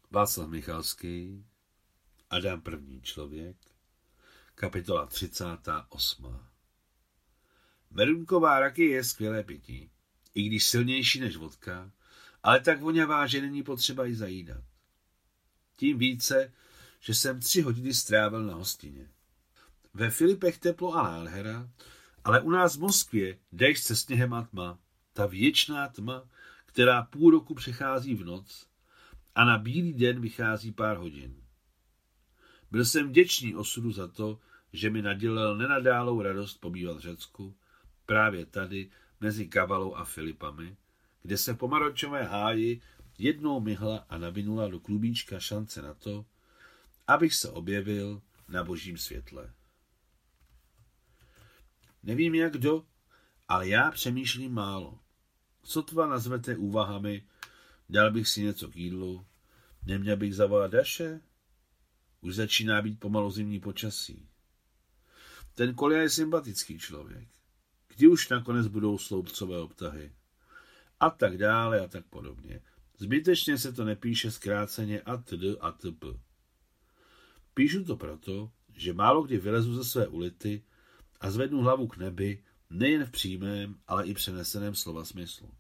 Václav Michalský, Adam první člověk, kapitola 38. Merunková raky je skvělé pití, i když silnější než vodka, ale tak voňavá, že není potřeba ji zajídat. Tím více, že jsem 3 hodiny strávil na hostině. Ve Filipech teplo a nádhera, ale u nás v Moskvě déšť se sněhem a tma, ta věčná tma, která půl roku přechází v noc a na bílý den vychází pár hodin. Byl jsem vděčný osudu za to, že mi nadělil nenadálou radost pobývat v Řecku, právě tady, mezi Kavalou a Filipami, kde se v pomaročové háji jednou myhla a navinula do klubíčka šance na to, abych se objevil na božím světle. Nevím jak kdo, ale já přemýšlím málo. Sotva nazvete úvahami, dal bych si něco k jídlu, neměl bych zavolat Daše? Už začíná být pomalu zimní počasí. Ten Kolja je sympatický člověk. Kdy už nakonec budou sloupcové obtahy? A tak dále a tak podobně. Zbytečně se to nepíše zkráceně atd. atp. Píšu to proto, že málo kdy vylezu ze své ulity a zvednu hlavu k nebi nejen v přímém, ale i přeneseném slova smyslu.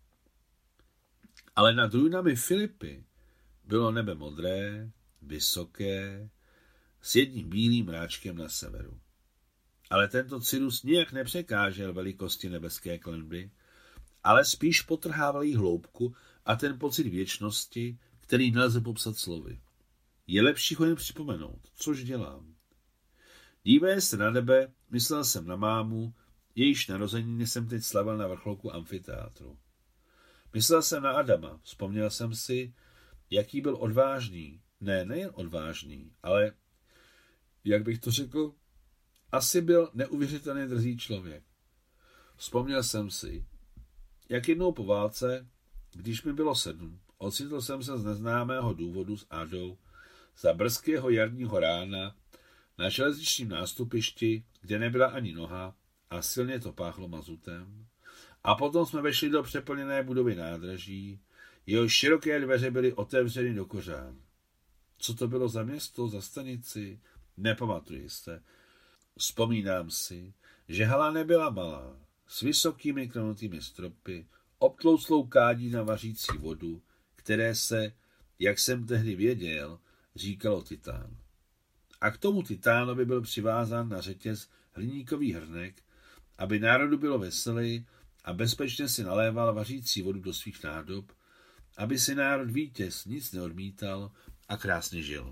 Ale nad ruinami Filipy bylo nebe modré, vysoké, s jedním bílým mráčkem na severu. Ale tento Cyrus nijak nepřekážel velikosti nebeské klenby, ale spíš potrhával jí hloubku a ten pocit věčnosti, který nelze popsat slovy. Je lepší ho jen připomenout, což dělám. Dívaje se na nebe, myslel jsem na mámu, jejíž narozeniny jsem teď slavil na vrcholku amfiteátru. Myslel jsem na Adama, vzpomněl jsem si, jaký byl odvážný, nejen odvážný, ale, jak bych to řekl, asi byl neuvěřitelně drzý člověk. Vzpomněl jsem si, jak jednou po válce, když mi bylo 7, ocitl jsem se z neznámého důvodu s Adou za brzkého jarního rána na železničním nástupišti, kde nebyla ani noha a silně to páchlo mazutem. A potom jsme vešli do přeplněné budovy nádraží, jehož široké dveře byly otevřeny do kořán. Co to bylo za město, za stanici? Nepamatuji se. Vzpomínám si, že hala nebyla malá, s vysokými klenutými stropy, obtlouslou kádí na vařící vodu, které se, jak jsem tehdy věděl, říkalo titán. A k tomu titánovi byl přivázán na řetěz hliníkový hrnek, aby národu bylo veselý a bezpečně si naléval vařící vodu do svých nádob, aby si národ vítěz nic neodmítal a krásně žil.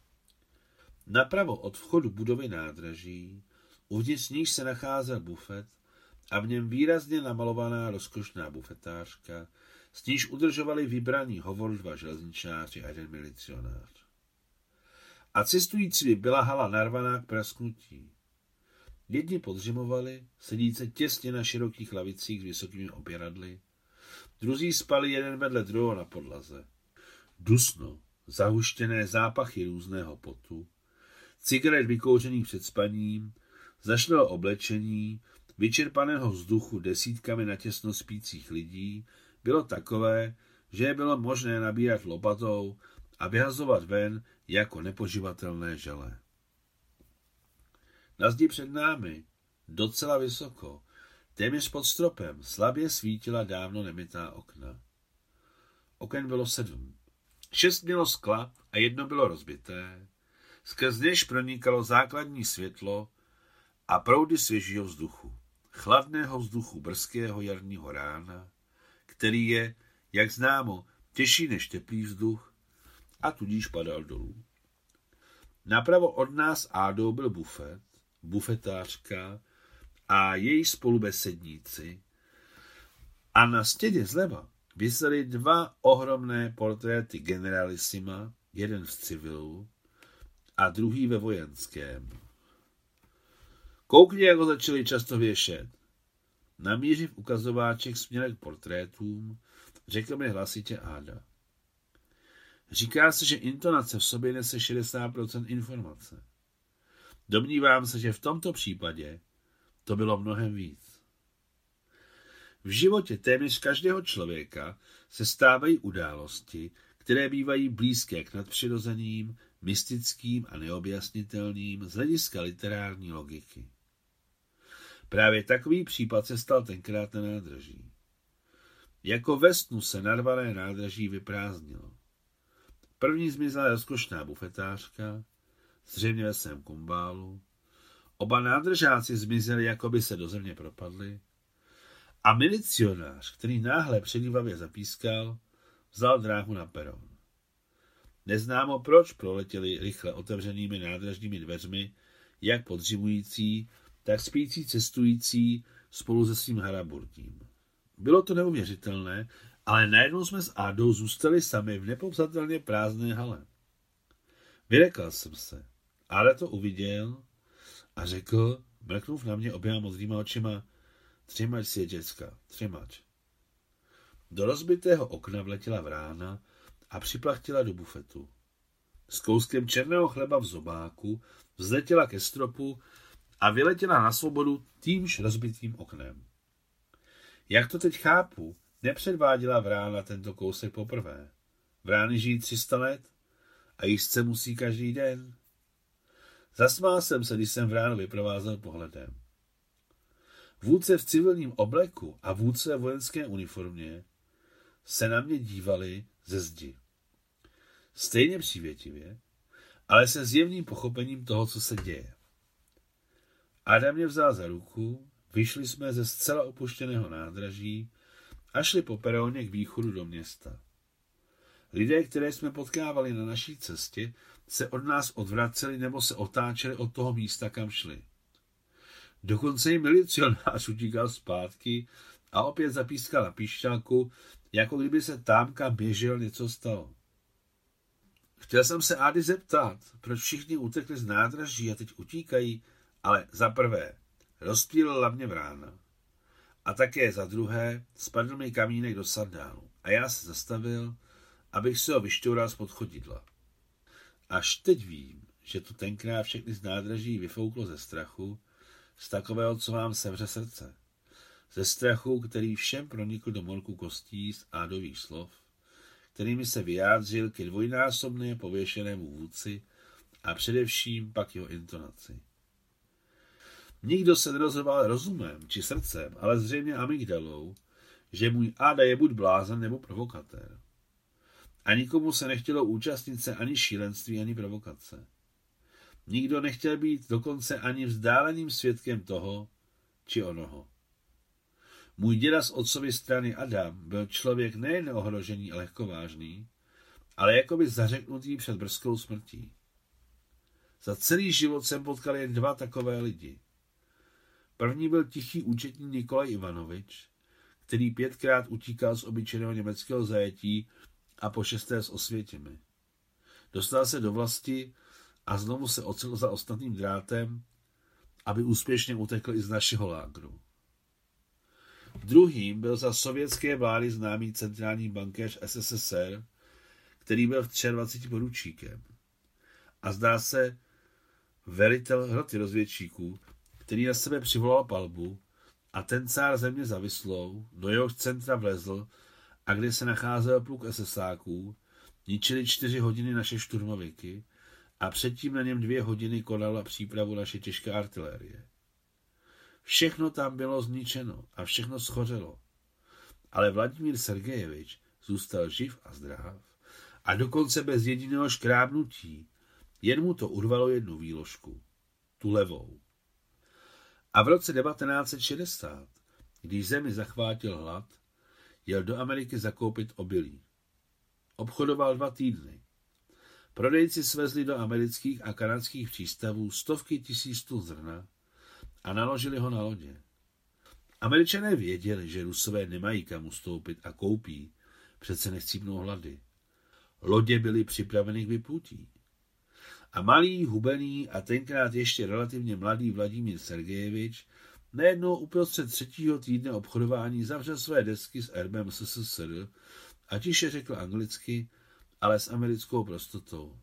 Napravo od vchodu budovy nádraží, uvnitř níž se nacházel bufet a v něm výrazně namalovaná rozkošná bufetářka, s níž udržovali vybraný hovor 2 železničáři a 1 milicionář. A cestující byla hala narvaná k prasknutí. Jedni podřimovali, sedíce těsně na širokých lavicích s vysokými opěradly, druzí spali jeden vedle druhého na podlaze. Dusno, zahuštěné zápachy různého potu, cigaret vykouřených před spaním, zašlého oblečení, vyčerpaného vzduchu desítkami natěsno spících lidí, bylo takové, že je bylo možné nabírat lopatou a vyhazovat ven jako nepoživatelné želé. Na zdi před námi, docela vysoko, téměř pod stropem, slabě svítila dávno nemytá okna. Oken bylo 7. 6 mělo skla a 1 bylo rozbité, skrz něž pronikalo základní světlo a proudy svěžího vzduchu, chladného vzduchu brzkého jarního rána, který je, jak známo, těžší než teplý vzduch a tudíž padal dolů. Napravo od nás Ádou byl bufet, bufetářka a její spolubesedníci a na stěně zleva visely 2 ohromné portréty generalisima, jeden v civilu a druhý ve vojenském. Koukni, jak ho začali často věšet. Namířiv ukazováček směrem k portrétům, řekl mi hlasitě Áda. Říká se, že intonace v sobě nese 60% informace. Domnívám se, že v tomto případě to bylo mnohem víc. V životě téměř každého člověka se stávají události, které bývají blízké k nadpřirozeným, mystickým a neobjasnitelným z hlediska literární logiky. Právě takový případ se stal tenkrát na nádraží. Jako ve snu se narvané nádraží vyprázdnilo. První zmizela rozkošná bufetářka, zřejmě ve svém kumbálu. Oba nádržáci zmizeli, jako by se do země propadli. A milicionář, který náhle předívavě zapískal, vzal dráhu na peron. Neznámo proč proletěli rychle otevřenými nádražními dveřmi, jak podřimující, tak spící cestující spolu se svým haraburtím. Bylo to neuvěřitelné, ale najednou jsme s Ádou zůstali sami v nepopsatelně prázdné hale. Vyrekal jsem se. Áda to uviděl a řekl, mrknув na mě oběma modrýma očima, třimač si je, děcka, třimač. Do rozbitého okna vletěla vrána a připlachtila do bufetu. S kouskem černého chleba v zobáku vzletěla ke stropu a vyletěla na svobodu týmž rozbitým oknem. Jak to teď chápu, nepředváděla vrána tento kousek poprvé. Vrány žijí 300 let a jíst se musí každý den. Zasmál jsem se, když jsem vránu vyprovázel pohledem. Vůdce v civilním obleku a vůdce ve vojenské uniformě se na mě dívali ze zdi. Stejně přívětivě, ale se zjevným pochopením toho, co se děje. Adam mě vzal za ruku, vyšli jsme ze zcela opuštěného nádraží a šli po peroně k východu do města. Lidé, které jsme potkávali na naší cestě, se od nás odvraceli nebo se otáčeli od toho místa, kam šli. Dokonce i milicionář utíkal zpátky a opět zapískal na píšťalku, jako kdyby se tam, kam běžel, něco stalo. Chtěl jsem se Ády zeptat, proč všichni utekli z nádraží a teď utíkají, ale za prvé rozptýlila mě vrána. A také za druhé spadl mi kamínek do sandálu a já se zastavil, abych se ho vyšťoural z podchodidla. Až teď vím, že to tenkrát všechny z nádraží vyfouklo ze strachu, z takového, co vám sevře srdce. Ze strachu, který všem pronikl do morku kostí z Ádových slov, kterými se vyjádřil ke dvojnásobné pověšenému vůdci a především pak jeho intonaci. Nikdo se nerozhodoval rozumem či srdcem, ale zřejmě amygdalou, že můj Áda je buď blázen nebo provokatér. A nikomu se nechtělo účastnit se ani šílenství, ani provokace. Nikdo nechtěl být dokonce ani vzdáleným svědkem toho či onoho. Můj děda z otcovy strany Adam byl člověk nejen ohrožený a lehkovážný, ale jakoby zařeknutý před brzkou smrtí. Za celý život jsem potkal jen 2 takové lidi. První byl tichý účetní Nikolaj Ivanovič, který 5krát utíkal z obyčejného německého zajetí a po 6. z Osvětimi. Dostal se do vlasti a znovu se ocitl za ostatním drátem, aby úspěšně utekl i z našeho lágru. Druhým byl za sovětské vlády známý centrální bankéř SSSR, který byl v 23 poručíkem. A zdá se velitel hroty rozvědčíků, který na sebe přivolal palbu a ten cár země zavislou, do jehož centra vlezl a kde se nacházel pluk SSáků, ničili 4 hodiny naše šturmoviky a předtím na něm 2 hodiny konala přípravu naše těžká artilérie. Všechno tam bylo zničeno a všechno schořelo. Ale Vladimír Sergejevič zůstal živ a zdrav a dokonce bez jediného škrábnutí. Jen mu to urvalo 1 výložku. Tu levou. A v roce 1960, když zemi zachvátil hlad, jel do Ameriky zakoupit obilí. Obchodoval 2 týdny. Prodejci svezli do amerických a kanadských přístavů stovky tisíc tun zrna a naložili ho na lodě. Američané věděli, že Rusové nemají kam ustoupit a koupí, přece nechcípnou hlady. Lodě byly připraveny k vyplutí. A malý, hubený a tenkrát ještě relativně mladý Vladimír Sergejevič najednou uprostřed 3. týdne obchodování zavřel své desky s erbem SSSR a tiše řekl anglicky, ale s americkou prostotou.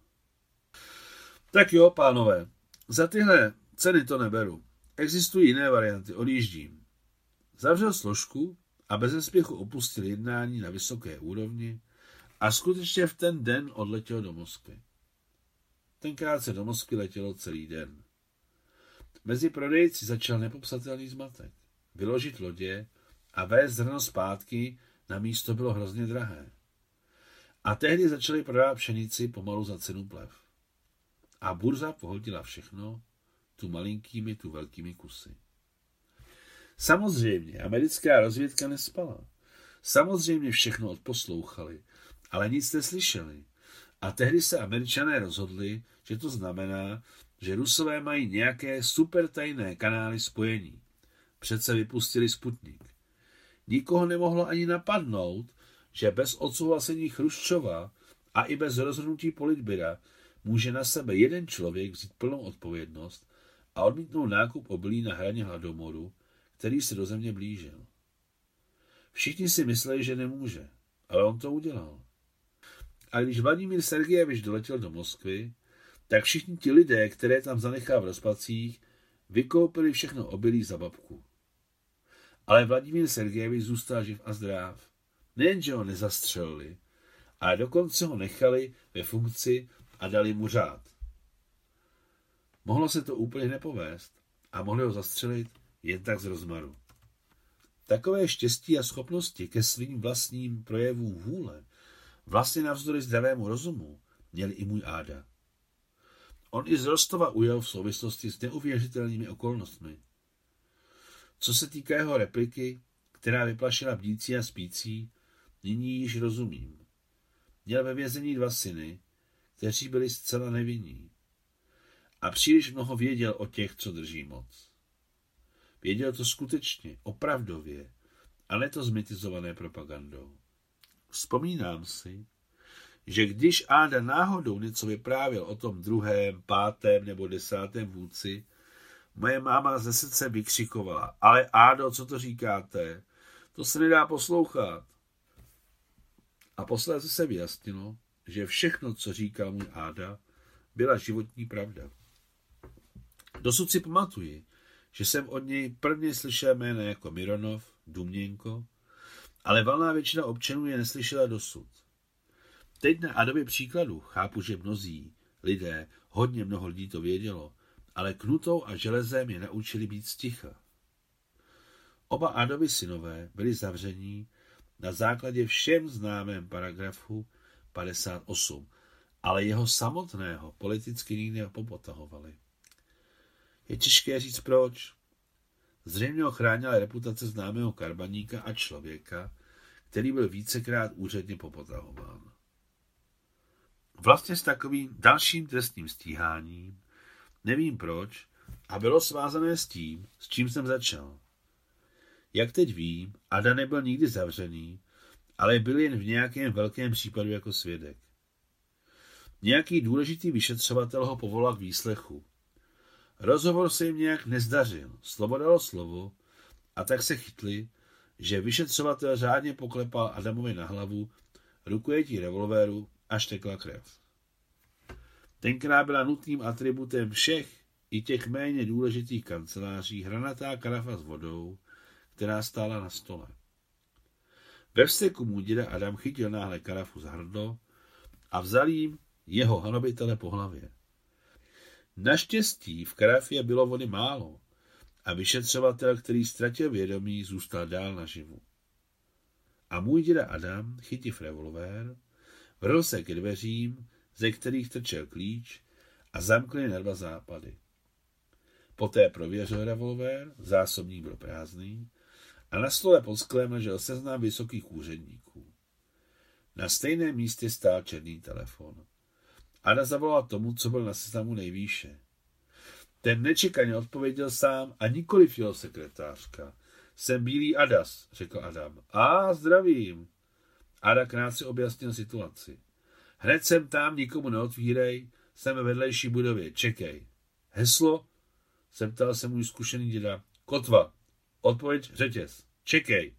Tak jo, pánové, za tyhle ceny to neberu. Existují jiné varianty, odjíždím. Zavřel složku a bez spěchu opustil jednání na vysoké úrovni A skutečně v ten den odletěl do Moskvy. Tenkrát se do Moskvy letělo celý den. Mezi prodejci začal nepopsatelný zmatek. Vyložit lodě a vést zrno zpátky na místo bylo hrozně drahé. A tehdy začali prodávat pšenici pomalu za cenu plev. A burza pohodila všechno, tu malinkými, tu velkými kusy. Samozřejmě, americká rozvědka nespala. Samozřejmě všechno odposlouchali, ale nic neslyšeli. A tehdy se Američané rozhodli, že to znamená, že Rusové mají nějaké supertajné kanály spojení. Přece vypustili Sputnik. Nikoho nemohlo ani napadnout, že bez odsouhlasení Chruščova a i bez rozhodnutí Politbyra může na sebe jeden člověk vzít plnou odpovědnost a odmítnout nákup obilí na hraně hladomoru, který se do země blížil. Všichni si mysleli, že nemůže, ale on to udělal. A když Vladimír Sergejevič doletěl do Moskvy, tak všichni ti lidé, které tam zanechal v rozpacích, vykoupili všechno obilí za babku. Ale Vladimír Sergejevič zůstal živ a zdrav. Nejenže ho nezastřelili, ale dokonce ho nechali ve funkci a dali mu řád. Mohlo se to úplně nepovést a mohli ho zastřelit jen tak z rozmaru. Takové štěstí a schopnosti ke svým vlastním projevům vůle, vlastně navzdory zdravému rozumu, měl i můj Áda. On i z Rostova ujel v souvislosti s neuvěřitelnými okolnostmi. Co se týká jeho repliky, která vyplašila bdící a spící, nyní již rozumím. Měl ve vězení 2 syny, kteří byli zcela nevinní. A příliš mnoho věděl o těch, co drží moc. Věděl to skutečně, opravdově, a ne to zmitizované propagandou. Vzpomínám si, že když Áda náhodou něco vyprávěl o tom 2., 5. nebo 10. vůdci, moje máma ze srdce vykřikovala: ale Ádo, co to říkáte? To se nedá poslouchat. A posléze se vyjasnilo, že všechno, co říkal můj Áda, byla životní pravda. Dosud si pamatuji, že jsem od něj prvně slyšel jména jako Mironov, Dumněnko, ale valná většina občanů je neslyšela dosud. Teď na Ádově příkladu chápu, že mnozí lidé, hodně mnoho lidí to vědělo, ale knutou a železem je naučili být sticha. Oba Ádovi synové byli zavření na základě všem známém paragrafu 58, ale jeho samotného politicky nikdy nepopotahovali. Je těžké říct proč. Zřejmě ho chránila reputace známého karbaníka a člověka, který byl vícekrát úředně popotahován. Vlastně s takovým dalším trestním stíháním, nevím proč, a bylo svázané s tím, s čím jsem začal. Jak teď vím, Áda nebyl nikdy zavřený, ale byl jen v nějakém velkém případu jako svědek. Nějaký důležitý vyšetřovatel ho povolal k výslechu. Rozhovor se jim nějak nezdařil, slovo dalo slovo, a tak se chytli, že vyšetřovatel řádně poklepal Adamovi na hlavu rukojetí revolvéru, až tekla krev. Tenkrát byla nutným atributem všech i těch méně důležitých kanceláří hranatá karafa s vodou, která stála na stole. Ve vzteku můj děda Adam chytil náhle karafu za hrdlo a vzal jim jeho hanobitele po hlavě. Naštěstí v karafě bylo vody málo a vyšetřovatel, který ztratil vědomí, zůstal dál naživu. A můj děda Adam, chytiv revolvér, vrhl se ke dveřím, ze kterých trčel klíč, a zamkl je na 2 západy. Poté prověřil revolvér, zásobník byl prázdný, a na stole pod sklem ležel seznam vysokých úředníků. Na stejném místě stál černý telefon. Áda zavolal tomu, co byl na seznamu nejvýše. Ten nečekaně odpověděl sám a nikoliv jeho sekretářka. Jsem Bílý Adas, řekl Adam. A zdravím. Áda krátce objasnil situaci. Hned jsem tam, nikomu neotvírej, jsem ve vedlejší budově, čekej. Heslo? Zeptal se můj zkušený děda. Kotva. Odpověď řetěz. Čekej.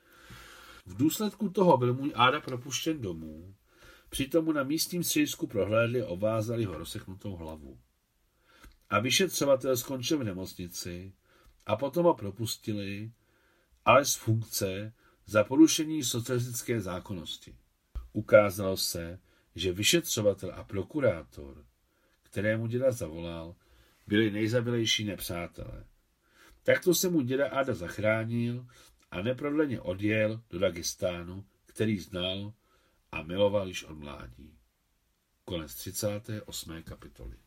V důsledku toho byl můj Áda propuštěn domů, přitom mu na místním středisku prohlédli a ovázali ho rozseknutou hlavu. A vyšetřovatel skončil v nemocnici a potom ho propustili, ale z funkce za porušení socialistické zákonnosti. Ukázalo se, že vyšetřovatel a prokurátor, kterému děda zavolal, byli nejzavilejší nepřátelé. Takto se mu děda Ada zachránil a neprodleně odjel do Dagestánu, který znal a miloval již od mládí. Konec 38. kapitoly.